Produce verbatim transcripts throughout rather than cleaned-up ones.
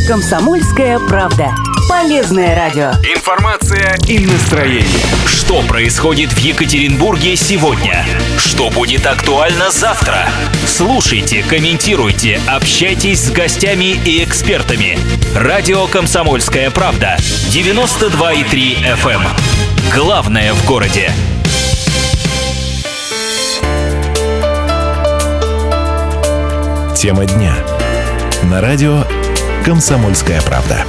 «Комсомольская правда». Полезное радио. Информация и настроение. Что происходит в Екатеринбурге сегодня? Что будет актуально завтра? Слушайте, комментируйте, общайтесь с гостями и экспертами. Радио «Комсомольская правда». девяносто два и три эф эм. Главное в городе. Тема дня. На радио «Комсомольская правда».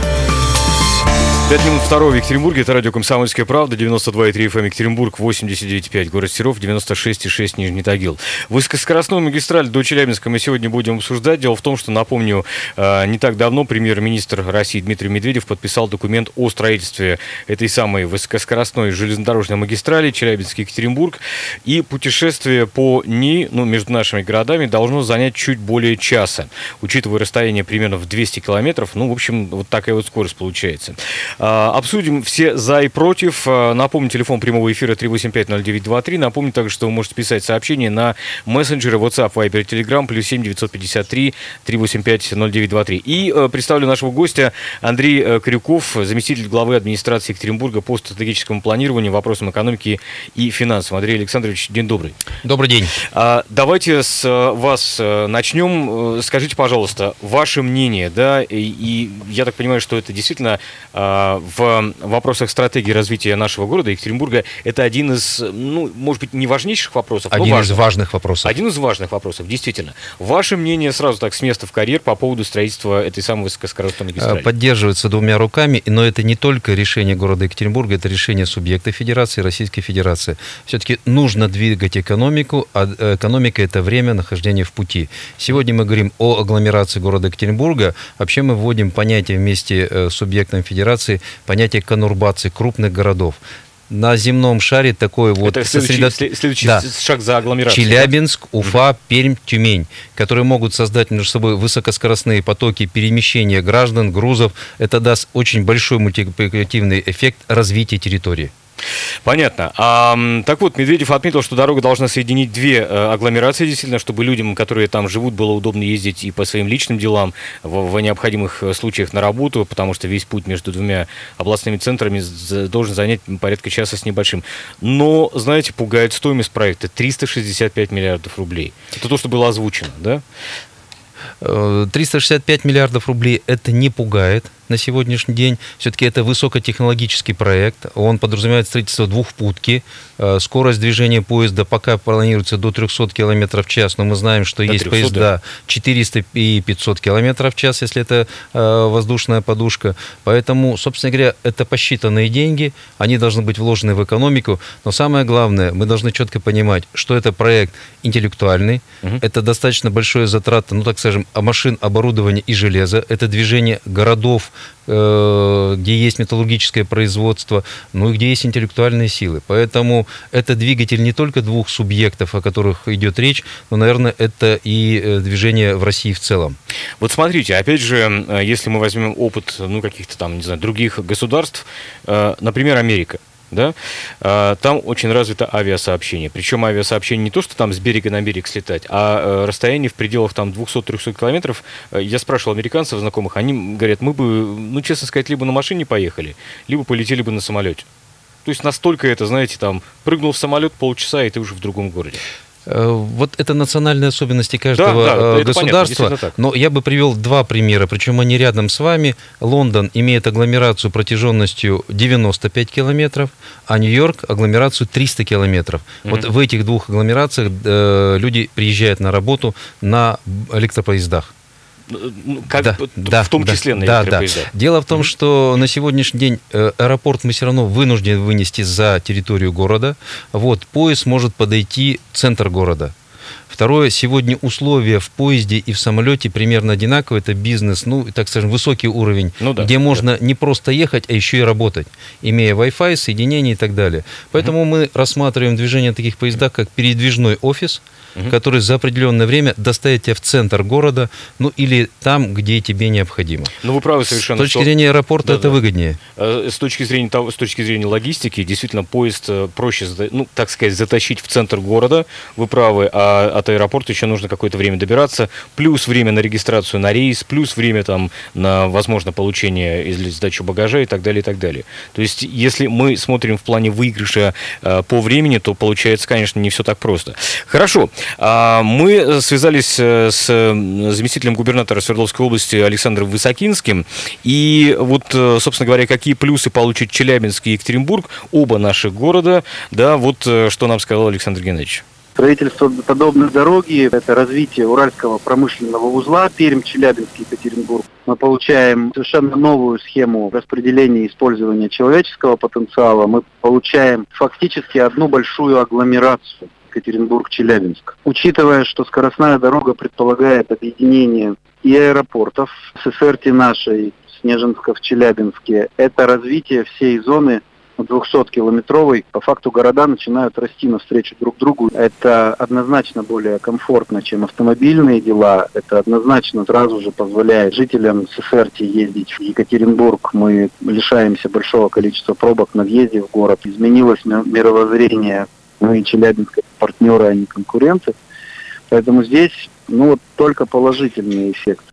пять минут второго в Екатеринбурге. Это радио «Комсомольская правда», девяносто два и три эф эм Екатеринбург, восемьдесят девять и пять город Серов, девяносто шесть и шесть Нижний Тагил. Высокоскоростную магистраль до Челябинска мы сегодня будем обсуждать. Дело в том, что, напомню, не так давно премьер-министр России Дмитрий Медведев подписал документ о строительстве этой самой высокоскоростной железнодорожной магистрали Челябинск-Екатеринбург. И путешествие по ней, ну, между нашими городами, должно занять чуть более часа. Учитывая расстояние примерно в двести километров, ну, в общем, вот такая вот скорость получается. Обсудим все за и против. Напомню, телефон прямого эфира три восемь пять ноль девять два три. Напомню также, что вы можете писать сообщения на мессенджеры WhatsApp, Viber, Telegram, плюс семь девятьсот пятьдесят три триста восемьдесят пять ноль девять двадцать три. И э, представлю нашего гостя Андрей Крюков, заместитель главы администрации Екатеринбурга по стратегическому планированию, вопросам экономики и финансов. Андрей Александрович, день добрый. Добрый день. А, давайте с вас начнем. Скажите, пожалуйста, ваше мнение, да, и, и я так понимаю, что это действительно а, в вопросах стратегии развития нашего города, Екатеринбурга, это один из, ну, может быть, не важнейших вопросов, один но из важных вопросов. Один из важных вопросов, действительно. Ваше мнение сразу так с места в карьер по поводу строительства этой самой высокоскоростной магистрали? Поддерживается двумя руками, но это не только решение города Екатеринбурга, это решение субъекта Федерации, Российской Федерации. Все-таки нужно двигать экономику, а экономика – это время нахождения в пути. Сегодня мы говорим о агломерации города Екатеринбурга. Вообще мы вводим понятие вместе с субъектом Федерации, понятие конурбации крупных городов. На земном шаре такой вот... Это следующий, сосредо... следующий да. шаг за агломерацией. Челябинск, да? Уфа, Пермь, Тюмень, которые могут создать между собой высокоскоростные потоки перемещения граждан, грузов. Это даст очень большой мультипликативный эффект развития территории. Понятно. А, так вот, Медведев отметил, что дорога должна соединить две э, агломерации, действительно, чтобы людям, которые там живут, было удобно ездить и по своим личным делам, в, в необходимых случаях на работу, потому что весь путь между двумя областными центрами должен занять порядка часа с небольшим. Но, знаете, пугает стоимость проекта триста шестьдесят пять миллиардов рублей. Это то, что было озвучено, да? триста шестьдесят пять миллиардов рублей это не пугает на сегодняшний день. Все-таки это высокотехнологический проект. Он подразумевает строительство двухпутки. Скорость движения поезда пока планируется до триста километров в час, но мы знаем, что до есть трехсот, поезда да. четыреста и пятьсот километров в час, если это воздушная подушка. Поэтому, собственно говоря, это посчитанные деньги, они должны быть вложены в экономику. Но самое главное, мы должны четко понимать, что это проект интеллектуальный, угу. это достаточно большое затраты, ну так скажем, машин, оборудования и железа, это движение городов, где есть металлургическое производство, ну и где есть интеллектуальные силы. Поэтому это двигатель не только двух субъектов, о которых идет речь, но, наверное, это и движение в России в целом. Вот смотрите, опять же, если мы возьмем опыт, ну, каких-то там, не знаю, других государств, например, Америка. Да? Там очень развито авиасообщение. Причем авиасообщение не то, что там с берега на берег слетать, а расстояние в пределах там двести-триста километров. Я спрашивал американцев, знакомых, они говорят, мы бы, ну, честно сказать, либо на машине поехали, либо полетели бы на самолете. То есть настолько это, знаете, там, прыгнул в самолет полчаса, и ты уже в другом городе. Вот это национальные особенности каждого да, да, государства. понятно, но я бы привел два примера, причем они рядом с вами. Лондон имеет агломерацию протяженностью девяносто пять километров, а Нью-Йорк агломерацию триста километров. Mm-hmm. Вот в этих двух агломерациях э, люди приезжают на работу на электропоездах. Как, да, в да, том да, числе на да, электропоездах. Да. Дело в том, mm-hmm. что на сегодняшний день аэропорт мы все равно вынуждены вынести за территорию города. Вот, поезд может подойти в центр города. Второе, сегодня условия в поезде и в самолете примерно одинаковые. Это бизнес, ну, так скажем, высокий уровень, ну, да, где можно да. не просто ехать, а еще и работать, имея Wi-Fi, соединение и так далее. Поэтому mm-hmm. мы рассматриваем движение таких поездах как передвижной офис. угу. который за определенное время доставит тебя в центр города, ну или там, где тебе необходимо. Ну, вы правы совершенно. С точки что... зрения аэропорта да, это да. выгоднее. С точки зрения того, с точки зрения логистики, действительно, поезд проще, ну, так сказать, затащить в центр города. Вы правы, а от аэропорта еще нужно какое-то время добираться, плюс время на регистрацию на рейс, плюс время там на, возможно, получение или сдачу багажа и так далее, и так далее. То есть, если мы смотрим в плане выигрыша э, по времени, то получается, конечно, не все так просто. Хорошо. А, мы связались с заместителем губернатора Свердловской области Александром Высокинским. И вот, собственно говоря, какие плюсы получит Челябинск и Екатеринбург, оба наших города, да, вот что нам сказал Александр Геннадьевич. Строительство подобной дороги – это развитие Уральского промышленного узла Пермь, Челябинск, Екатеринбург. Мы получаем совершенно новую схему распределения и использования человеческого потенциала. Мы получаем фактически одну большую агломерацию Екатеринбург-Челябинск. Учитывая, что скоростная дорога предполагает объединение и аэропортов с СРТ нашей, Снежинска в Челябинске, это развитие всей зоны двухсоткилометровой, по факту города начинают расти навстречу друг другу. Это однозначно более комфортно, чем автомобильные дела. Это однозначно сразу же позволяет жителям ССРТ ездить в Екатеринбург. Мы лишаемся большого количества пробок на въезде в город. Изменилось мировоззрение. Мы Челябинск партнеры, а не конкуренты. Поэтому здесь ну, вот, только положительный эффект.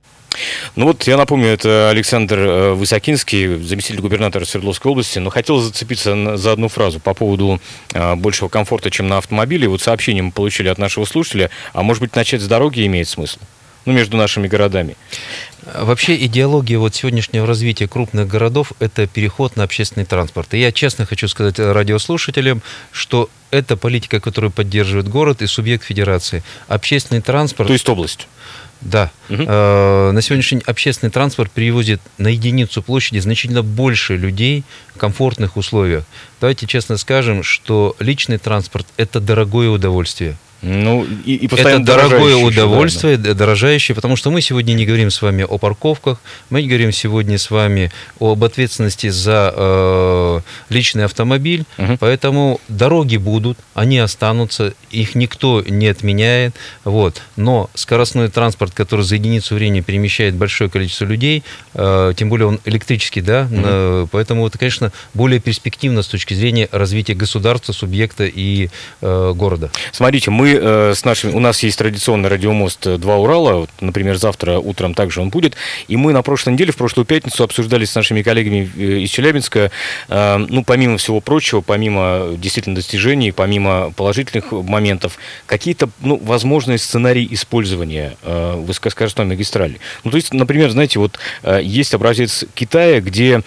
Ну вот, я напомню, это Александр Высокинский, заместитель губернатора Свердловской области, но хотел зацепиться за одну фразу по поводу а, большего комфорта, чем на автомобиле. Вот сообщение мы получили от нашего слушателя, а может быть начать с дороги имеет смысл? Ну, между нашими городами. Вообще идеология вот сегодняшнего развития крупных городов – это переход на общественный транспорт. И я честно хочу сказать радиослушателям, что это политика, которую поддерживает город и субъект федерации. Общественный транспорт… То есть область. Да. Угу. Э, на сегодняшний день общественный транспорт перевозит на единицу площади значительно больше людей в комфортных условиях. Давайте честно скажем, что личный транспорт – это дорогое удовольствие. Ну, и, и это дорогое удовольствие, да, да. дорожающее, потому что мы сегодня не говорим с вами о парковках, мы говорим сегодня с вами об ответственности за э, личный автомобиль, угу. Поэтому дороги будут, они останутся, их никто не отменяет, вот. Но скоростной транспорт, который за единицу времени перемещает большое количество людей, э, тем более он электрический, да, угу. э, поэтому это, конечно, более перспективно с точки зрения развития государства, субъекта и э, города. Смотрите, мы с нашими, у нас есть традиционный радиомост «Два Урала», вот, например, завтра утром также он будет, и мы на прошлой неделе, в прошлую пятницу, обсуждали с нашими коллегами из Челябинска, э, ну, помимо всего прочего, помимо действительно достижений, помимо положительных моментов, какие-то, ну, возможные сценарии использования э, высокоскоростной магистрали. Ну, то есть, например, знаете, вот э, есть образец Китая, где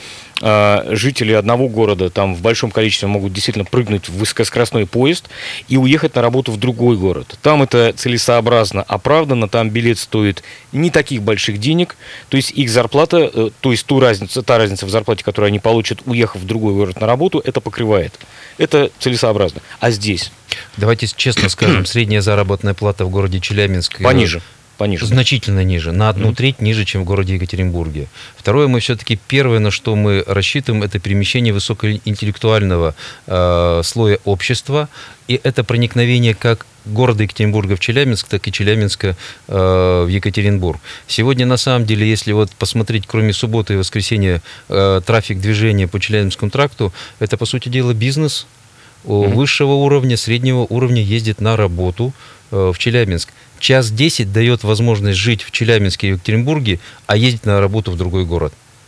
жители одного города там в большом количестве могут действительно прыгнуть в высокоскоростной поезд и уехать на работу в другой город. Там это целесообразно, оправданно, там билет стоит не таких больших денег, то есть их зарплата, то есть ту разницу, та разница в зарплате, которую они получат, уехав в другой город на работу, это покрывает. Это целесообразно. А здесь? Давайте честно скажем, средняя заработная плата в городе Челябинск пониже. Пониже. Значительно ниже, на одну mm-hmm. треть ниже, чем в городе Екатеринбурге. Второе, мы все-таки первое, на что мы рассчитываем, это перемещение высокоинтеллектуального э, слоя общества, и это проникновение как города Екатеринбурга в Челябинск, так и Челябинска э, в Екатеринбург. Сегодня, на самом деле, если вот посмотреть, кроме субботы и воскресенья, э, трафик движения по Челябинскому тракту, это, по сути дела, бизнес mm-hmm. высшего уровня, среднего уровня ездит на работу э, в Челябинск. Час десять дает возможность жить в Челябинске и Екатеринбурге, а ездить на работу в другой город.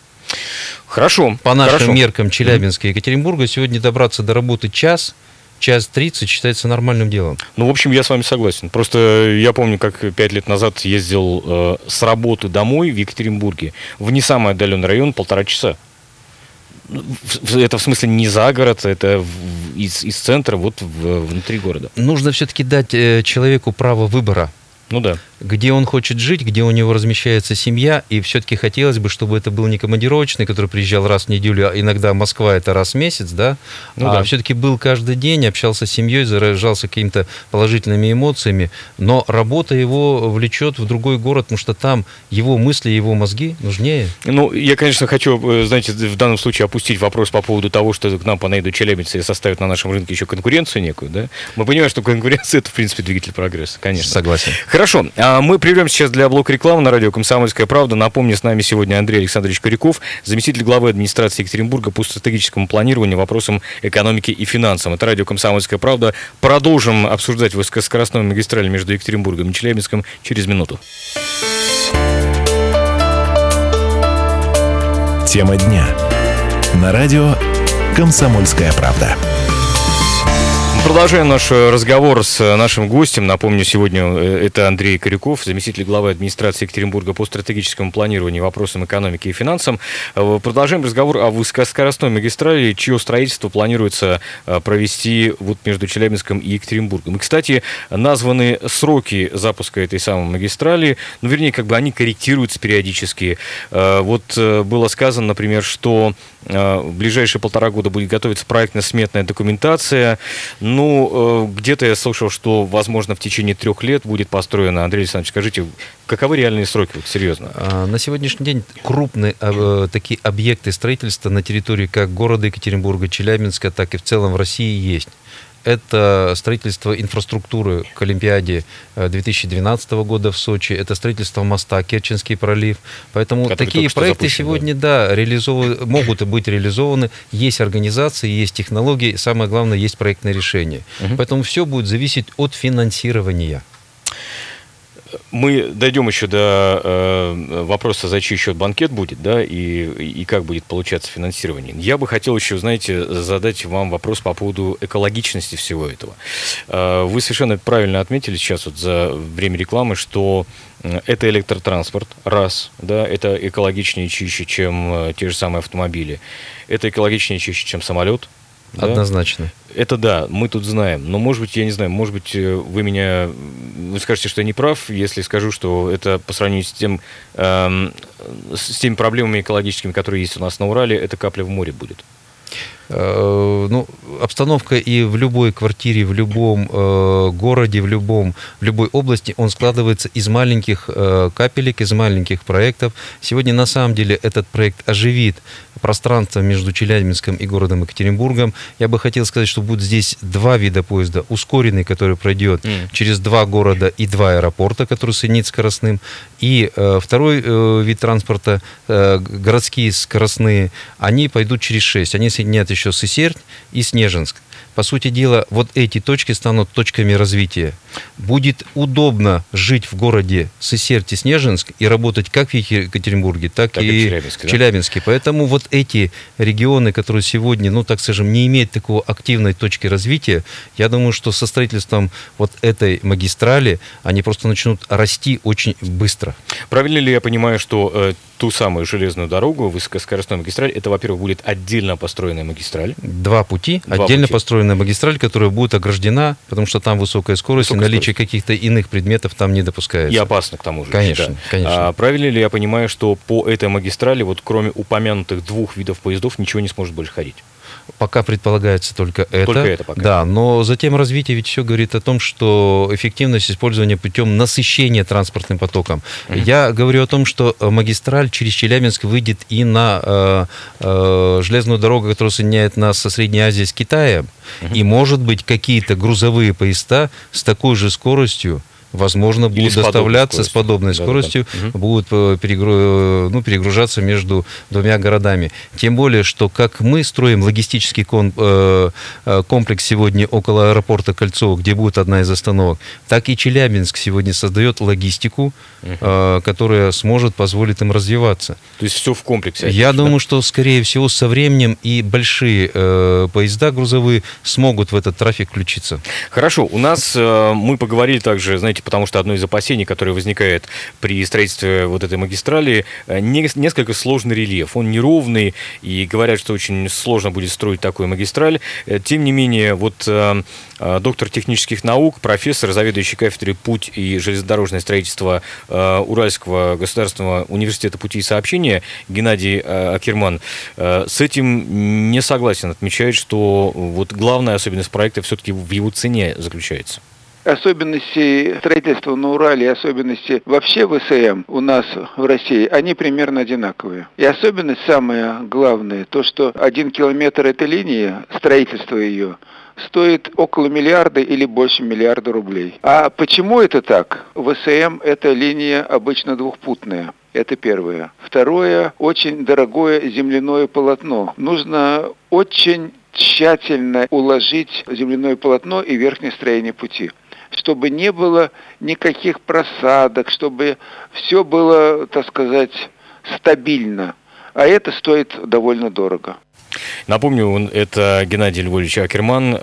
Хорошо. По нашим хорошо. меркам Челябинска и Екатеринбурга сегодня добраться до работы час, час тридцать считается нормальным делом. Ну, в общем, я с вами согласен. Просто я помню, как пять лет назад ездил э, с работы домой в Екатеринбурге, в не самый отдаленный район, полтора часа. Это в смысле не за город, это из, из центра, вот в, внутри города. Нужно все-таки дать э, человеку право выбора. Ну да. где он хочет жить, где у него размещается семья, и все-таки хотелось бы, чтобы это был не командировочный, который приезжал раз в неделю, а иногда Москва это раз в месяц, да, ну, а да. все-таки был каждый день, общался с семьей, заражался какими-то положительными эмоциями, но работа его влечет в другой город, потому что там его мысли, его мозги нужнее. Ну, я, конечно, хочу, знаете, в данном случае опустить вопрос по поводу того, что к нам понаедут челябинцы и составят на нашем рынке еще конкуренцию некую, да. Мы понимаем, что конкуренция – это, в принципе, двигатель прогресса, конечно. Согласен. Хорошо. Мы прервем сейчас для блока рекламы на радио «Комсомольская правда». Напомню, с нами сегодня Андрей Александрович Коряков, заместитель главы администрации Екатеринбурга по стратегическому планированию, вопросам экономики и финансам. Это радио «Комсомольская правда». Продолжим обсуждать высокоскоростную магистраль между Екатеринбургом и Челябинском через минуту. Тема дня. На радио «Комсомольская правда». Продолжаем наш разговор с нашим гостем. Напомню, сегодня это Андрей Коряков, заместитель главы администрации Екатеринбурга по стратегическому планированию, вопросам экономики и финансам. Продолжаем разговор о высокоскоростной магистрали, чье строительство планируется провести вот между Челябинском и Екатеринбургом. И, кстати, названы сроки запуска этой самой магистрали, ну, вернее, как бы они корректируются периодически. Вот было сказано, например, что в ближайшие полтора года будет готовиться проектно-сметная документация. Ну, где-то я слышал, что, возможно, в течение трех лет будет построено. Андрей Александрович, скажите, каковы реальные сроки, вот, серьезно? На сегодняшний день крупные э, такие объекты строительства на территории как города Екатеринбурга, Челябинска, так и в целом в России есть. Это строительство инфраструктуры к Олимпиаде две тысячи двенадцатого года в Сочи, это строительство моста Керченский пролив. Поэтому который такие проекты запущен, сегодня да. Да, реализованы, могут быть реализованы. Есть организации, есть технологии, самое главное, есть проектное решение. Угу. Поэтому все будет зависеть от финансирования. Мы дойдем еще до э, вопроса, за чей счет банкет будет, да, и, и как будет получаться финансирование. Я бы хотел еще, знаете, задать вам вопрос по поводу экологичности всего этого. Э, вы совершенно правильно отметили сейчас вот за время рекламы, что это электротранспорт, раз, да, это экологичнее и чище, чем те же самые автомобили. Это экологичнее и чище, чем самолет. Да? Однозначно. Это да, мы тут знаем. Но, может быть, я не знаю, может быть, вы меня... Вы скажете, что я не прав, если скажу, что это по сравнению с, тем, э, с теми проблемами экологическими, которые есть у нас на Урале, это капля в море будет. Ну, обстановка и в любой квартире, в любом э, городе, в, любом, в любой области, он складывается из маленьких э, капелек, из маленьких проектов. Сегодня, на самом деле, этот проект оживит пространство между Челябинском и городом Екатеринбургом. Я бы хотел сказать, что будет здесь два вида поезда. Ускоренный, который пройдет mm. через два города и два аэропорта, который соединит скоростным. И э, второй э, вид транспорта, э, городские скоростные, они пойдут через шесть. Они соединят еще Сысерть и Снежинск. По сути дела, вот эти точки станут точками развития. Будет удобно жить в городе Сысерть и Снежинск и работать как в Екатеринбурге, так, так и, и в Челябинске. Челябинске. Да? Поэтому вот эти регионы, которые сегодня, ну так скажем, не имеют такой активной точки развития, я думаю, что со строительством вот этой магистрали они просто начнут расти очень быстро. Правильно ли я понимаю, что э, ту самую железную дорогу, высокоскоростную магистраль, это, во-первых, будет отдельно построенная магистраль? Два пути. Два отдельно пути. построенная магистраль, которая будет ограждена, потому что там высокая скорость, высокая и наличие скорость. Каких-то иных предметов там не допускается. И опасно, к тому же. Конечно, да. конечно. А правильно ли я понимаю, что по этой магистрали, вот кроме упомянутых двух видов поездов, ничего не сможет больше ходить? Пока предполагается только это. Только это пока. Да, но затем развитие ведь все говорит о том, что эффективность использования путем насыщения транспортным потоком. Mm-hmm. Я говорю о том, что магистраль через Челябинск выйдет и на э, э, железную дорогу, которая соединяет нас со Средней Азией с Китаем. Mm-hmm. И, может быть, какие-то грузовые поезда с такой же скоростью возможно, будут доставляться с подобной скоростью, да, да, да. будут перегру... ну, перегружаться между двумя городами. Тем более, что как мы строим логистический кон... комплекс сегодня около аэропорта Кольцово, где будет одна из остановок, так и Челябинск сегодня создает логистику, угу. которая сможет позволить им развиваться. То есть все в комплексе? Я да? думаю, что, скорее всего, со временем и большие э, поезда грузовые смогут в этот трафик включиться. Хорошо. У нас э, мы поговорили также, знаете, потому что одно из опасений, которое возникает при строительстве вот этой магистрали, не, несколько сложный рельеф. Он неровный, и говорят, что очень сложно будет строить такую магистраль. Тем не менее, вот э, доктор технических наук, профессор, заведующий кафедрой «Путь и железнодорожное строительство» э, Уральского государственного университета пути и сообщения Геннадий э, Акерман э, с этим не согласен. Отмечает, что вот главная особенность проекта все-таки в его цене заключается. Особенности строительства на Урале и особенности вообще вэ эс эм у нас в России, они примерно одинаковые. И особенность самая главная, то, что один километр этой линии, строительство ее, стоит около миллиарда или больше миллиарда рублей. А почему это так? вэ эс эм – это линия обычно двухпутная. Это первое. Второе – очень дорогое земляное полотно. Нужно очень тщательно уложить земляное полотно и верхнее строение пути, чтобы не было никаких просадок, чтобы все было, так сказать, стабильно. А это стоит довольно дорого. Напомню, он, это Геннадий Львович Акерман,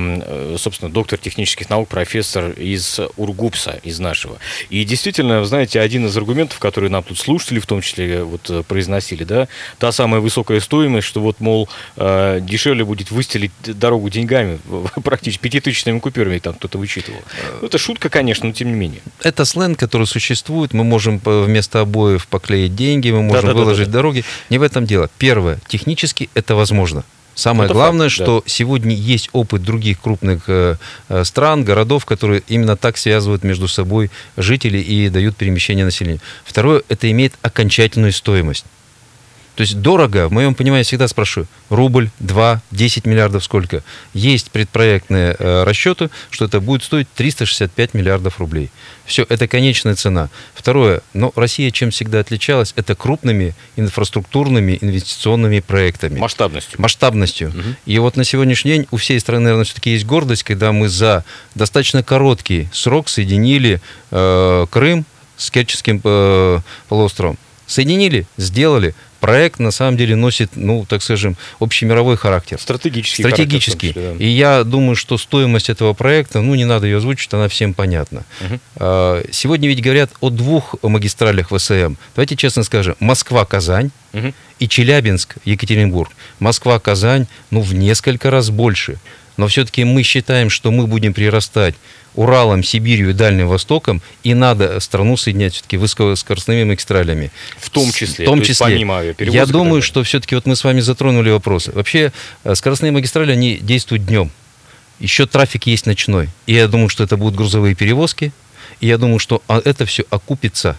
э, собственно, доктор технических наук, профессор из УрГУПСа, из нашего. И действительно, вы знаете, один из аргументов, которые нам тут слушатели в том числе вот, произносили, да, та самая высокая стоимость, что вот, мол, э, дешевле будет выстелить дорогу деньгами, практически пятитысячными купюрами, там кто-то вычитывал. Ну, это шутка, конечно, но тем не менее. Это сленг, который существует, мы можем вместо обоев поклеить деньги, мы можем да, да, выложить да, да. дороги. Не в этом дело. Первое, технически это возможно. Самое это главное, факт, что да. сегодня есть опыт других крупных э, стран, городов, которые именно так связывают между собой жителей и дают перемещение населения. Второе, это имеет окончательную стоимость. То есть дорого, в моем понимании, всегда спрашиваю, рубль, два, десять миллиардов сколько? Есть предпроектные э, расчеты, что это будет стоить триста шестьдесят пять миллиардов рублей. Все, это конечная цена. Второе, но Россия чем всегда отличалась, это крупными инфраструктурными инвестиционными проектами. Масштабностью. Масштабностью. Угу. И вот на сегодняшний день у всей страны, наверное, все-таки есть гордость, когда мы за достаточно короткий срок соединили э, Крым с Керченским э, полуостровом. Соединили, сделали. Проект, на самом деле, носит, ну, так скажем, общемировой характер. Стратегический. Стратегический. Характер, да. И я думаю, что стоимость этого проекта, ну, не надо ее озвучить, она всем понятна. Угу. Сегодня ведь говорят о двух магистралях вэ эс эм. Давайте честно скажем, Москва-Казань угу. и Челябинск-Екатеринбург. Москва-Казань, ну, в несколько раз больше. Но все-таки мы считаем, что мы будем прирастать Уралом, Сибирью и Дальним Востоком, и надо страну соединять все-таки высокоскоростными магистралями. В том числе, в том то числе. Есть помимо авиаперевозок. Я думаю, что все-таки вот мы с вами затронули вопросы. Вообще скоростные магистрали, они действуют днем. Еще трафик есть ночной. И я думаю, что это будут грузовые перевозки. И я думаю, что это все окупится.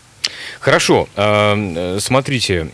Хорошо, смотрите,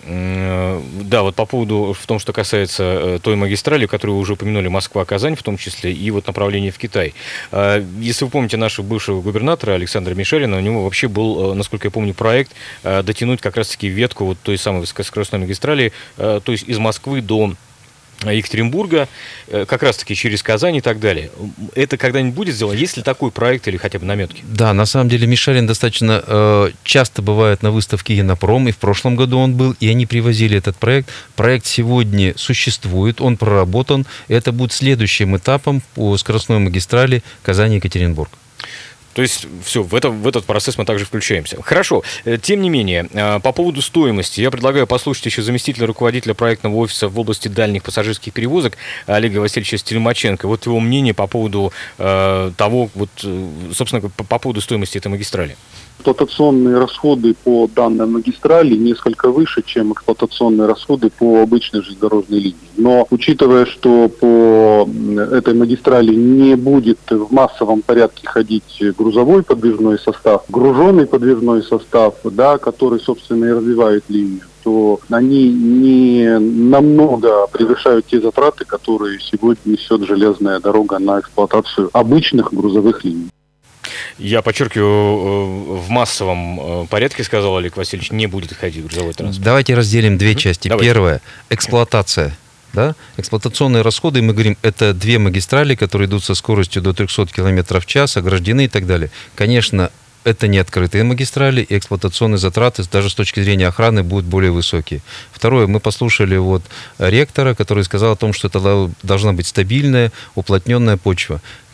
да, вот по поводу, в том, что касается той магистрали, которую вы уже упомянули, Москва-Казань в том числе, и вот направление в Китай. Если вы помните нашего бывшего губернатора Александра Мишарина, у него вообще был, насколько я помню, проект дотянуть как раз-таки ветку вот той самой высокоскоростной магистрали, то есть из Москвы до Екатеринбурга, как раз-таки через Казань и так далее. Это когда-нибудь будет сделано? Есть ли такой проект или хотя бы наметки? Да, на самом деле Мишарин достаточно э, часто бывает на выставке Инопром, и в прошлом году он был, и они привозили этот проект. Проект сегодня существует, он проработан, и это будет следующим этапом по скоростной магистрали Казань-Екатеринбург. То есть, все, в, это, в этот процесс мы также включаемся. Хорошо. Тем не менее, по поводу стоимости, я предлагаю послушать еще заместителя руководителя проектного офиса в области дальних пассажирских перевозок Олега Васильевича Стельмаченко. Вот его мнение по поводу э, того, вот, собственно, по, по поводу стоимости этой магистрали. Эксплуатационные расходы по данной магистрали несколько выше, чем эксплуатационные расходы по обычной железнодорожной линии. Но учитывая, что по этой магистрали не будет в массовом порядке ходить грузовой подвижной состав, груженный подвижной состав, да, который, собственно, и развивает линию, то они не намного превышают те затраты, которые сегодня несет железная дорога на эксплуатацию обычных грузовых линий. Я подчеркиваю, в массовом порядке, сказал Олег Васильевич, не будет ходить грузовой транспорт. Давайте разделим две части. Давайте. Первое – эксплуатация. Да? Эксплуатационные расходы, мы говорим, это две магистрали, которые идут со скоростью до триста километров в час, ограждены и так далее. Конечно, это не открытые магистрали, и эксплуатационные затраты даже с точки зрения охраны будут более высокие. Второе, мы послушали вот ректора, который сказал о том, что это должна быть стабильная, уплотненная почва.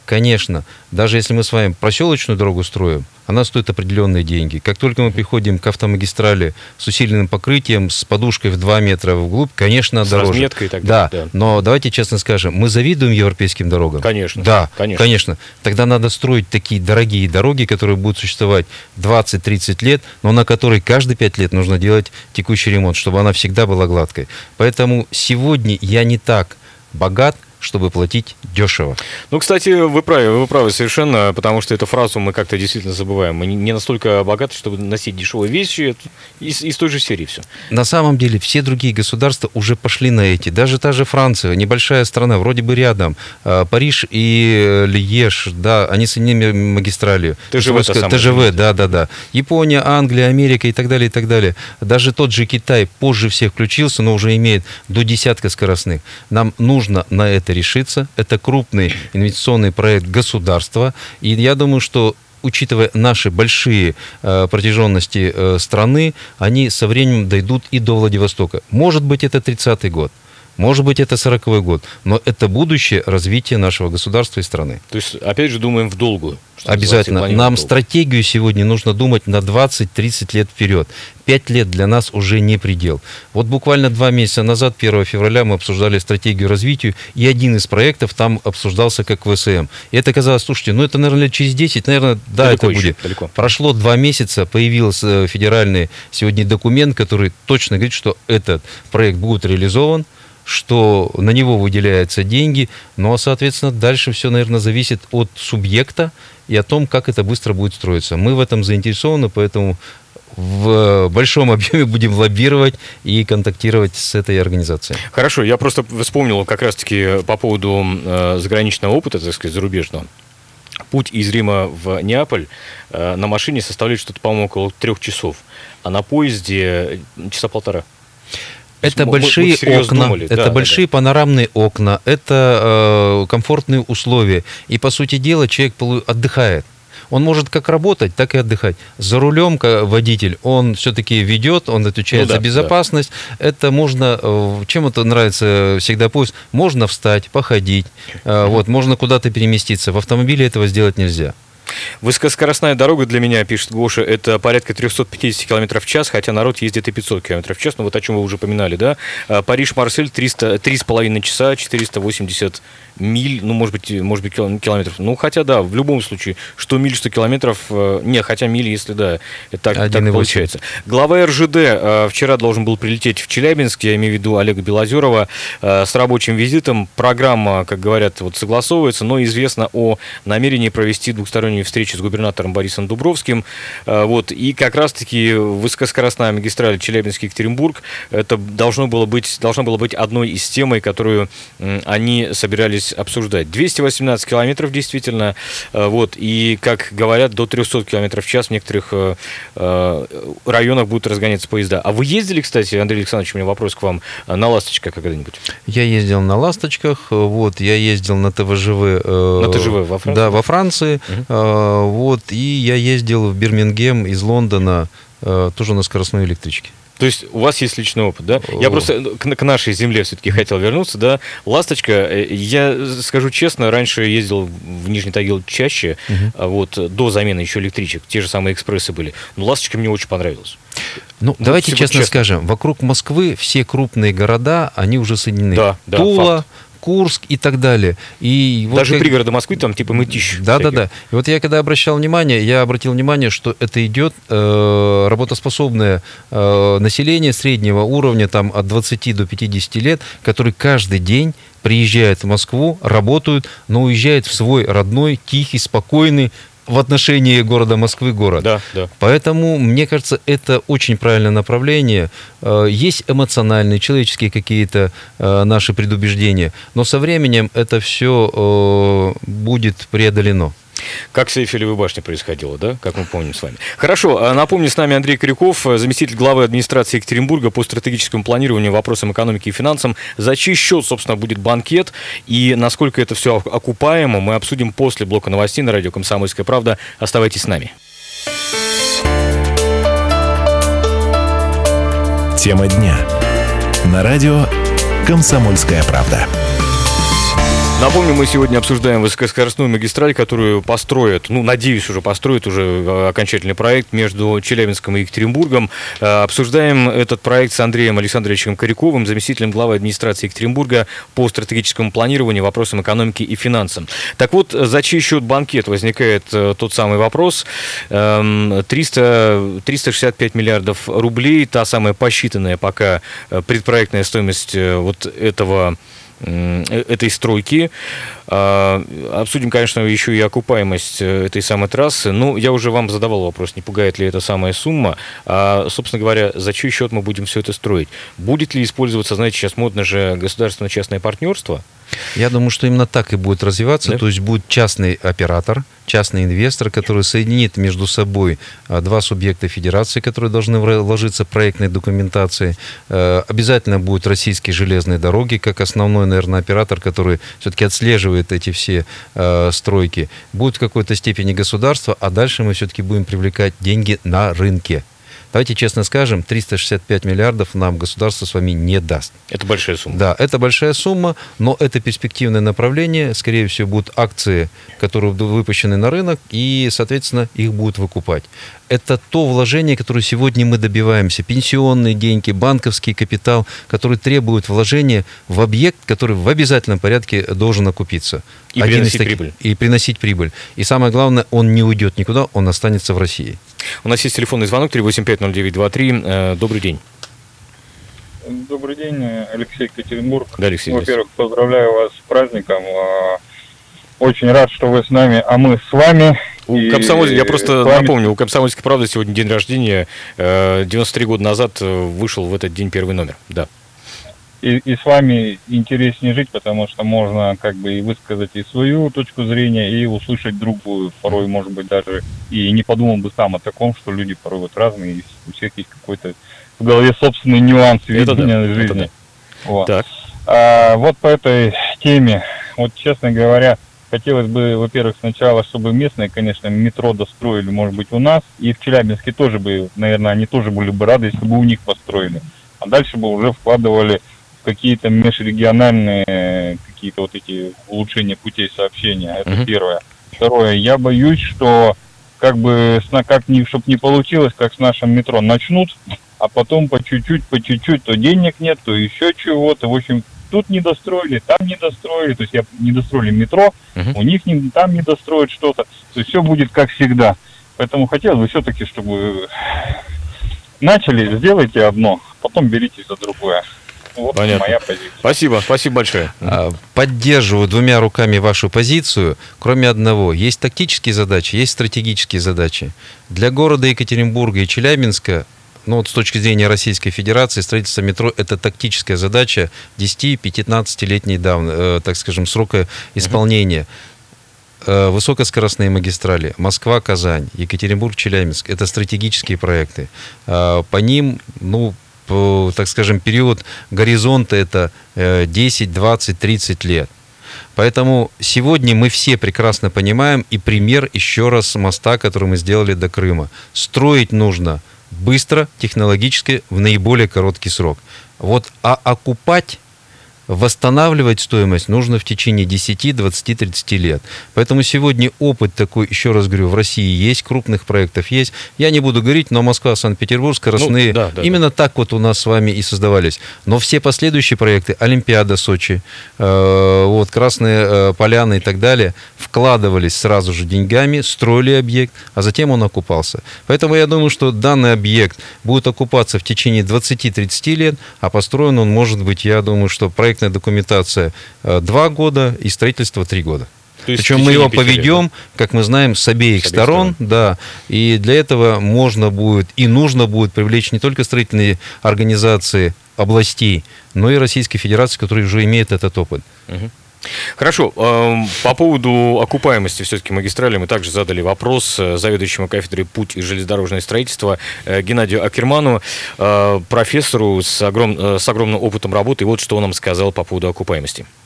конечно, даже если мы с вами проселочную дорогу строим, она стоит определенные деньги. Как только мы приходим к автомагистрали с усиленным покрытием, с подушкой в два метра вглубь, конечно, с дороже. С разметкой и так далее. Да, да, но давайте честно скажем, мы завидуем европейским дорогам? Конечно. Да, конечно. конечно. Тогда надо строить такие дорогие дороги, которые будут существовать двадцать-тридцать лет, но на которые каждые пять лет нужно делать текущий ремонт, чтобы она всегда была гладкой. Поэтому сегодня я не так богат, чтобы платить дешево. Ну, кстати, вы правы, вы правы совершенно, потому что эту фразу мы как-то действительно забываем. Мы не настолько богаты, чтобы носить дешевые вещи, из, из той же серии все. На самом деле все другие государства уже пошли на эти. Даже та же Франция, небольшая страна, вроде бы рядом. Париж и Льеж, да, они соединены магистралью. ТЖВ, ТЖВ, да, да, да. Япония, Англия, Америка и так далее, и так далее. Даже тот же Китай позже всех включился, но уже имеет до десятка скоростных. Нам нужно на это решиться. Это крупный инвестиционный проект государства. И я думаю, что учитывая наши большие э, протяженности э, страны, они со временем дойдут и до Владивостока. Может быть, это тридцатый год. Может быть, это сороковой год, но это будущее развития нашего государства и страны. То есть, опять же, думаем в долгую. Обязательно. Нам стратегию сегодня нужно думать на двадцать-тридцать лет вперед. Пять лет для нас уже не предел. Вот буквально два месяца назад, первого февраля, мы обсуждали стратегию развития, и один из проектов там обсуждался как ВСМ. И это казалось, слушайте, ну это, наверное, лет через десять, наверное, да, далеко это будет. Далеко. Прошло два месяца, появился федеральный сегодня документ, который точно говорит, что этот проект будет реализован, что на него выделяются деньги, ну а, соответственно, дальше все, наверное, зависит от субъекта и о том, как это быстро будет строиться. Мы в этом заинтересованы, поэтому в большом объеме будем лоббировать и контактировать с этой организацией. Хорошо, я просто вспомнил как раз-таки по поводу э, заграничного опыта, так сказать, зарубежного. Путь из Рима в Неаполь э, на машине составляет что-то, по-моему, около трех часов, а на поезде часа полтора. Это большие окна, думали. это да, большие да, да. панорамные окна, это э, комфортные условия. И, по сути дела, человек отдыхает. Он может как работать, так и отдыхать. За рулем водитель, он все-таки ведет, он отвечает ну, да, за безопасность. Да. Это можно, чем это нравится всегда поезд, можно встать, походить, э, вот, можно куда-то переместиться. В автомобиле этого сделать нельзя. Высокоскоростная дорога для меня, пишет Гоша, это порядка триста пятьдесят километров в час, хотя народ ездит и пятьсот километров в час, ну вот о чем вы уже поминали, да? Париж-Марсель триста, три с половиной часа, четыреста восемьдесят миль, ну, может быть, может быть, километров. Ну, хотя, да, в любом случае, что миль, что километров, не, хотя мили, если да, это так, так получается. Глава эр жэ дэ вчера должен был прилететь в Челябинск, я имею в виду Олега Белозерова, с рабочим визитом. Программа, как говорят, вот согласовывается, но известно о намерении провести двухстороннюю встречу с губернатором Борисом Дубровским. Вот, и как раз-таки высокоскоростная магистраль Челябинск-Екатеринбург, это должно было быть, должна была быть одной из тем, которую они собирались обсуждать. двести восемнадцать километров действительно, вот, и, как говорят, до триста километров в час в некоторых э, районах будут разгоняться поезда. А вы ездили, кстати, Андрей Александрович, у меня вопрос к вам, на «Ласточках» когда-нибудь? Я ездил на «Ласточках», вот, я ездил на тэ вэ жэ вэ. Э, на тэ жэ вэ во Франции? Да, во Франции, угу. э, вот, и я ездил в Бирмингем из Лондона, э, тоже на скоростной электричке. То есть у вас есть личный опыт, да? Я просто к, к нашей земле все-таки хотел вернуться, да? «Ласточка», я скажу честно, раньше ездил в Нижний Тагил чаще, uh-huh. вот, до замены еще электричек, те же самые экспрессы были. Но «Ласточка» мне очень понравилась. Ну, ну давайте честно, честно скажем, вокруг Москвы все крупные города, они уже соединены. Да, да, Тула, факт. Курск и так далее. И вот даже как... пригороды Москвы, там типа Мытищ. Да, да, да. И вот я когда обращал внимание, я обратил внимание, что это идет э, работоспособное э, население среднего уровня, там от двадцати до пятидесяти лет, которые каждый день приезжают в Москву, работают, но уезжают в свой родной, тихий, спокойный, в отношении города Москвы город. Да, да. Поэтому, мне кажется, это очень правильное направление. Есть эмоциональные, человеческие какие-то наши предубеждения, но со временем это все будет преодолено. Как с Эйфелевой башней происходило, да? Как мы помним с вами. Хорошо, напомню, с нами Андрей Коряков, заместитель главы администрации Екатеринбурга по стратегическому планированию, вопросам экономики и финансам. За чей счет, собственно, будет банкет и насколько это все окупаемо, мы обсудим после блока новостей на радио «Комсомольская правда». Оставайтесь с нами. Тема дня. На радио «Комсомольская правда». Напомню, мы сегодня обсуждаем высокоскоростную магистраль, которую построят, ну, надеюсь, уже построят уже окончательный проект между Челябинском и Екатеринбургом. Обсуждаем этот проект с Андреем Александровичем Коряковым, заместителем главы администрации Екатеринбурга по стратегическому планированию, вопросам экономики и финансам. Так вот, за чей счет банкет, возникает тот самый вопрос. триста, триста шестьдесят пять миллиардов рублей, та самая посчитанная пока предпроектная стоимость вот этого этой стройки. Обсудим, конечно, еще и окупаемость этой самой трассы. Ну, я уже вам задавал вопрос, не пугает ли эта самая сумма. А, собственно говоря, за чей счет мы будем все это строить? Будет ли использоваться, знаете, сейчас модно же государственно-частное партнерство? Я думаю, что именно так и будет развиваться. Да? То есть будет частный оператор, частный инвестор, который соединит между собой два субъекта федерации, которые должны вложиться в проектной документации. Обязательно будут российские железные дороги, как основной, наверное, оператор, который все-таки отслеживает эти все стройки. Будет в какой-то степени государство, а дальше мы все-таки будем привлекать деньги на рынке. Давайте честно скажем, триста шестьдесят пять миллиардов нам государство с вами не даст. Это большая сумма. Да, это большая сумма, но это перспективное направление. Скорее всего, будут акции, которые будут выпущены на рынок, и, соответственно, их будут выкупать. Это то вложение, которое сегодня мы добиваемся. Пенсионные деньги, банковский капитал, который требует вложения в объект, который в обязательном порядке должен окупиться. И Один приносить таких, прибыль. И приносить прибыль. И самое главное, он не уйдет никуда, он останется в России. У нас есть телефонный звонок три восемь пять ноль девять два три. Добрый день. Добрый день, Алексей, Екатеринбург. Да, Алексей, Во-первых, поздравляю вас с праздником. Очень рад, что вы с нами, а мы с вами. У Комсомоль... Я просто вами... напомню, у «Комсомольской правды» сегодня день рождения. девяносто три года назад вышел в этот день первый номер. Да. И, и с вами интереснее жить, потому что можно как бы и высказать и свою точку зрения, и услышать другую. Порой, может быть, даже и не подумал бы сам о таком, что люди порой вот разные, и у всех есть какой-то в голове собственный нюанс видения да, жизни. Да. Вот. Так. А, вот по этой теме, вот честно говоря, хотелось бы, во-первых, сначала, чтобы местные, конечно, метро достроили, может быть, у нас, и в Челябинске тоже бы, наверное, они тоже были бы рады, если бы у них построили. А дальше бы уже вкладывали какие-то межрегиональные какие-то вот эти улучшения путей сообщения. Это uh-huh. первое. Второе. Я боюсь, что как бы, как не, чтобы не получилось, как с нашим метро, начнут, а потом по чуть-чуть, по чуть-чуть, то денег нет, то еще чего-то. В общем, тут не достроили, там не достроили, то есть я не достроили метро, uh-huh. у них не, там не достроят что-то. То есть все будет как всегда. Поэтому хотелось бы все-таки, чтобы начали, сделайте одно, потом беритесь за другое. Вот моя позиция. Спасибо, спасибо большое. Поддерживаю двумя руками вашу позицию. Кроме одного, есть тактические задачи, есть стратегические задачи. Для города Екатеринбурга и Челябинска, ну вот с точки зрения Российской Федерации, строительство метро – это тактическая задача десяти-пятнадцатилетней давно, э, так скажем, срока исполнения. Uh-huh. Высокоскоростные магистрали, Москва-Казань, Екатеринбург-Челябинск – это стратегические проекты. По ним, ну, по, так скажем, период горизонта это десять, двадцать, тридцать лет. Поэтому сегодня мы все прекрасно понимаем, и пример еще раз моста, который мы сделали до Крыма. Строить нужно быстро, технологически, в наиболее короткий срок. Вот, а окупать, восстанавливать стоимость нужно в течение десяти, двадцати, тридцати лет. Поэтому сегодня опыт такой, еще раз говорю, в России есть, крупных проектов есть. Я не буду говорить, но Москва, Санкт-Петербург, скоростные, ну, да, да, именно да. так вот у нас с вами и создавались. Но все последующие проекты, Олимпиада Сочи, э, вот, Красные э, Поляны и так далее, вкладывались сразу же деньгами, строили объект, а затем он окупался. Поэтому я думаю, что данный объект будет окупаться в течение двадцати-тридцати лет, а построен он может быть, я думаю, что проект документация два года и строительство три года. Причем мы его поведем, лет, да? как мы знаем, с обеих, с обеих сторон, сторон, да. И для этого можно будет и нужно будет привлечь не только строительные организации областей, но и Российской Федерации, которые уже имеют этот опыт. Угу. Хорошо. По поводу окупаемости все-таки магистрали мы также задали вопрос заведующему кафедрой «Путь и железнодорожное строительство» Геннадию Акерману, профессору с, огром... с огромным опытом работы. И вот что он нам сказал по поводу окупаемости.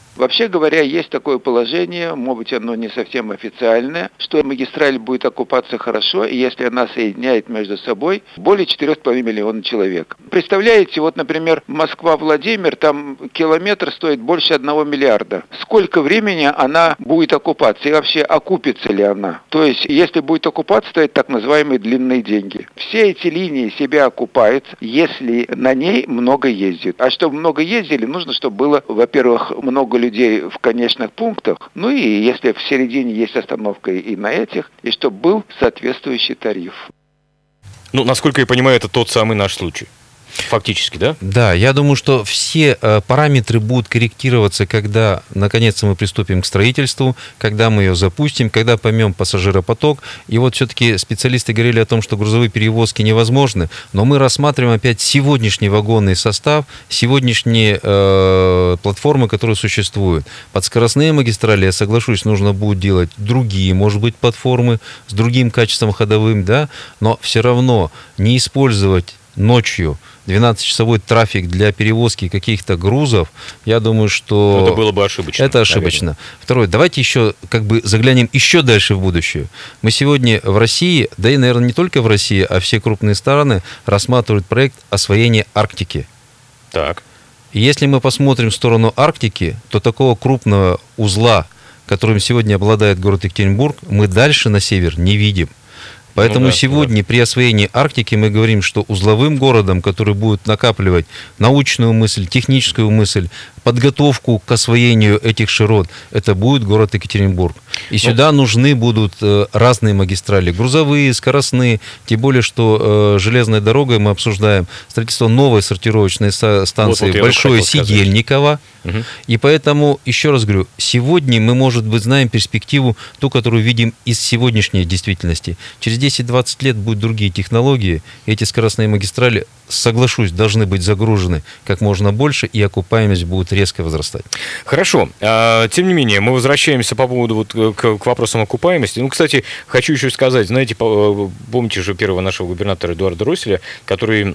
Вообще говоря, есть такое положение, может быть, оно не совсем официальное, что магистраль будет окупаться хорошо, если она соединяет между собой более четыре с половиной миллиона человек. Представляете, вот, например, Москва-Владимир, там километр стоит больше одного миллиарда. Сколько времени она будет окупаться и вообще окупится ли она? То есть, если будет окупаться, то это так называемые длинные деньги. Все эти линии себя окупают, если на ней много ездит. А чтобы много ездили, нужно, чтобы было, во-первых, много людей людей в конечных пунктах, ну и если в середине есть остановка и на этих, и чтобы был соответствующий тариф. Ну, насколько я понимаю, это тот самый наш случай. Фактически, да? Да, я думаю, что все э, параметры будут корректироваться, когда, наконец-то, мы приступим к строительству, когда мы ее запустим, когда поймем пассажиропоток. И вот все-таки специалисты говорили о том, что грузовые перевозки невозможны, но мы рассматриваем опять сегодняшний вагонный состав, сегодняшние э, платформы, которые существуют. Под скоростные магистрали, я соглашусь, нужно будет делать другие, может быть, платформы с другим качеством ходовым, да, но все равно не использовать ночью двенадцатичасовой трафик для перевозки каких-то грузов, я думаю, что... Это было бы ошибочно. Это ошибочно. Наверное. Второе, давайте еще как бы заглянем еще дальше в будущее. Мы сегодня в России, да и, наверное, не только в России, а все крупные страны рассматривают проект освоения Арктики. Так. И если мы посмотрим в сторону Арктики, то такого крупного узла, которым сегодня обладает город Екатеринбург, мы дальше на север не видим. Поэтому ну, да, сегодня да. при освоении Арктики мы говорим, что узловым городом, который будет накапливать научную мысль, техническую мысль, подготовку к освоению этих широт, это будет город Екатеринбург. И ну, сюда нужны будут э, разные магистрали, грузовые, скоростные, тем более, что э, железной дорогой мы обсуждаем строительство новой сортировочной станции вот, вот Большое Сидельниково. Угу. И поэтому, еще раз говорю, сегодня мы, может быть, знаем перспективу, ту, которую видим из сегодняшней действительности. Через десять-двадцать лет будут другие технологии, и эти скоростные магистрали, соглашусь, должны быть загружены как можно больше, и окупаемость будет резко возрастать. Хорошо. А, тем не менее, мы возвращаемся по поводу вот к, к вопросам окупаемости. Ну, кстати, хочу еще сказать, знаете, помните же первого нашего губернатора Эдуарда Росселя, который...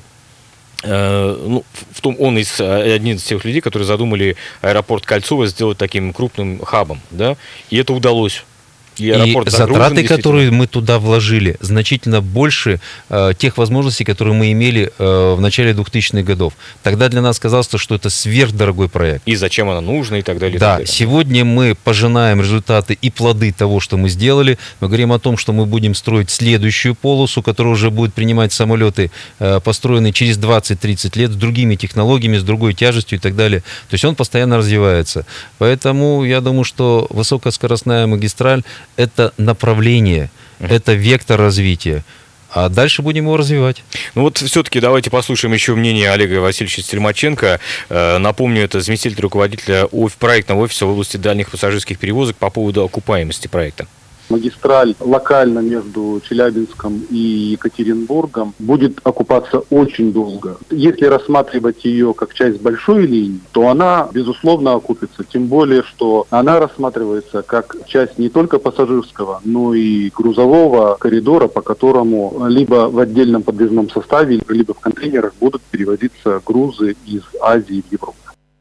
Ну, в том, он из, один из тех людей, которые задумали аэропорт Кольцово сделать таким крупным хабом, да, и это удалось. И, и затраты, которые мы туда вложили, значительно больше э, тех возможностей, которые мы имели э, в начале двухтысячных годов. Тогда для нас казалось, что это сверхдорогой проект. И зачем она нужна и так далее. Да, так далее. Сегодня мы пожинаем результаты и плоды того, что мы сделали. Мы говорим о том, что мы будем строить следующую полосу, которая уже будет принимать самолеты, э, построенные через двадцать-тридцать лет, с другими технологиями, с другой тяжестью и так далее. То есть он постоянно развивается. Поэтому я думаю, что высокоскоростная магистраль — это направление, это вектор развития. А дальше будем его развивать. Ну вот все-таки давайте послушаем еще мнение Олега Васильевича Стельмаченко. Напомню, это заместитель руководителя проектного офиса в области дальних пассажирских перевозок по поводу окупаемости проекта. Магистраль локально между Челябинском и Екатеринбургом будет окупаться очень долго. Если рассматривать ее как часть большой линии, то она, безусловно, окупится. Тем более, что она рассматривается как часть не только пассажирского, но и грузового коридора, по которому либо в отдельном подвижном составе, либо в контейнерах будут перевозиться грузы из Азии в Европу.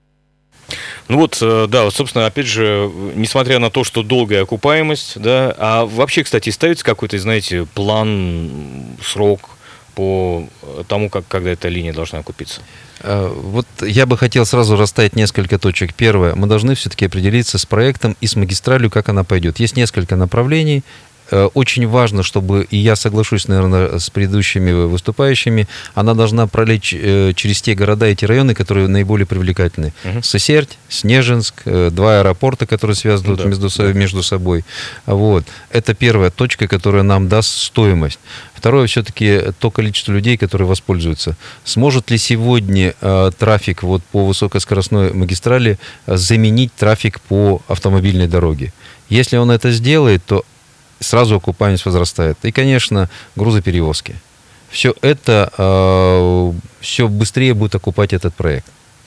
Ну вот, да, собственно, опять же, несмотря на то, что долгая окупаемость, да, а вообще, кстати, ставится какой-то, знаете, план, срок по тому, как, когда эта линия должна окупиться? Вот я бы хотел сразу расставить несколько точек. Первое, мы должны все-таки определиться с проектом и с магистралью, как она пойдет. Есть несколько направлений. Очень важно, чтобы, и я соглашусь, наверное, с предыдущими выступающими, она должна пролечь через те города и те районы, которые наиболее привлекательны. Uh-huh. Сысерть, Снежинск, два аэропорта, которые связывают uh-huh. между, uh-huh. между собой. Вот. Это первая точка, которая нам даст стоимость. Второе, все-таки то количество людей, которые воспользуются. Сможет ли сегодня э, трафик вот, по высокоскоростной магистрали э, заменить трафик по автомобильной дороге? Если он это сделает, то сразу окупаемость возрастает. И, конечно, грузоперевозки. Все это, э, все быстрее будет окупать этот проект.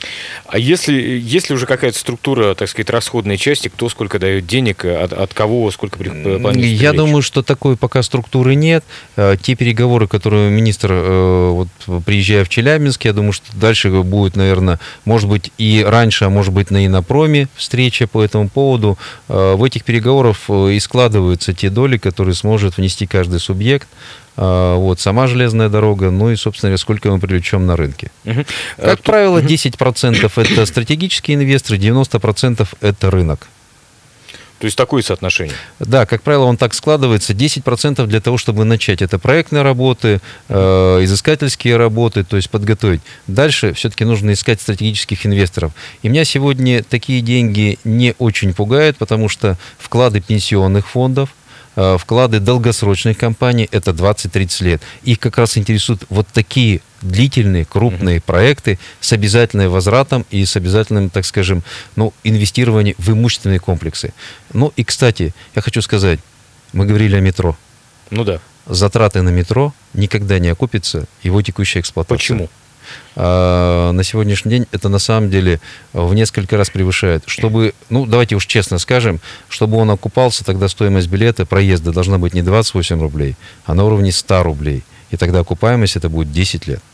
А если, если уже какая-то структура, так сказать, расходной части, кто сколько дает денег, от, от кого сколько планируется? Я думаю, что такой пока структуры нет. Те переговоры, которые министр, вот, приезжая в Челябинск, я думаю, что дальше будет, наверное, может быть и раньше, а может быть на Инопроме встреча по этому поводу. В этих переговорах и складываются те доли, которые сможет внести каждый субъект. Вот, сама железная дорога, ну и, собственно говоря, сколько мы привлечем на рынке. Угу. Как а, правило, десять процентов это стратегические инвесторы, девяносто процентов это рынок. То есть такое соотношение? Да, как правило, он так складывается. десять процентов для того, чтобы начать. Это проектные работы, э, изыскательские работы, то есть подготовить. Дальше все-таки нужно искать стратегических инвесторов. И меня сегодня такие деньги не очень пугают, потому что вклады пенсионных фондов, вклады долгосрочных компаний – это двадцать-тридцать лет. Их как раз интересуют вот такие длительные, крупные mm-hmm. проекты с обязательным возвратом и с обязательным, так скажем, ну, инвестированием в имущественные комплексы. Ну и, кстати, я хочу сказать, мы говорили о метро. Ну да. Затраты на метро никогда не окупятся его текущей эксплуатацией. Почему? А, на сегодняшний день это на самом деле в несколько раз превышает. Чтобы, ну давайте уж честно скажем, чтобы он окупался, тогда стоимость билета, проезда должна быть не двадцать восемь рублей, а на уровне ста рублей. И тогда окупаемость это будет десять лет.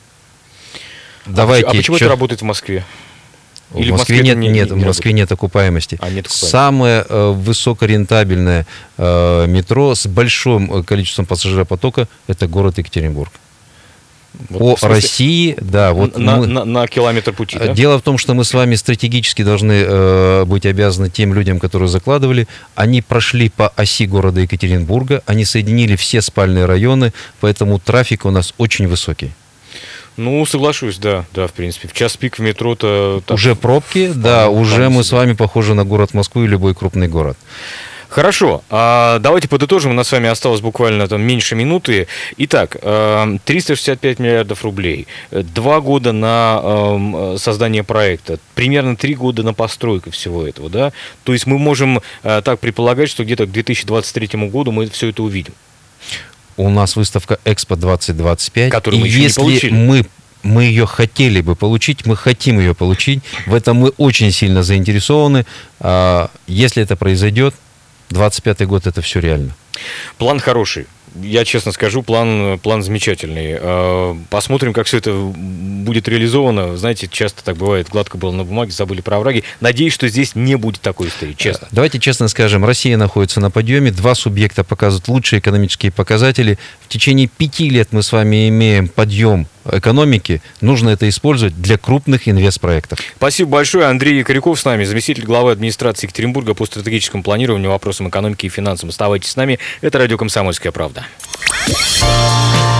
А давайте, а почему чё... это работает в Москве? Или в Москве, в Москве нет, не, нет, не в Москве нет окупаемости. А, нет окупаемости. Самое э, высокорентабельное э, метро с большим количеством пассажиропотока – это город Екатеринбург. Вот, по России, да, вот на, мы, на, на километр пути. Да? Дело в том, что мы с вами стратегически должны э, быть обязаны тем людям, которые закладывали. Они прошли по оси города Екатеринбурга, они соединили все спальные районы, поэтому трафик у нас очень высокий. Ну, соглашусь, да, да, в принципе. В час пик в метро-то... Уже пробки, да, уже мы с вами похожи на город Москву и любой крупный город. Хорошо, а давайте подытожим, у нас с вами осталось буквально там меньше минуты. Итак, триста шестьдесят пять миллиардов рублей, два года на создание проекта, примерно три года на постройку всего этого, да? То есть мы можем так предполагать, что где-то к две тысячи двадцать третьему году мы все это увидим. У нас выставка Экспо двадцать двадцать пять, которую мы и еще если не получили. мы мы ее хотели бы получить, мы хотим ее получить, в этом мы очень сильно заинтересованы. Если это произойдет, двадцать пятый год это все реально. План хороший. Я честно скажу, план, план замечательный. Посмотрим, как все это будет реализовано. Знаете, часто так бывает, гладко было на бумаге, забыли про овраги. Надеюсь, что здесь не будет такой истории, честно. Давайте честно скажем, Россия находится на подъеме, два субъекта показывают лучшие экономические показатели. В течение пяти лет мы с вами имеем подъем экономики. Нужно это использовать для крупных инвестпроектов. Спасибо большое. Андрей Коряков с нами, заместитель главы администрации Екатеринбурга по стратегическому планированию, вопросам экономики и финансам. Оставайтесь с нами. Это радио «Комсомольская правда».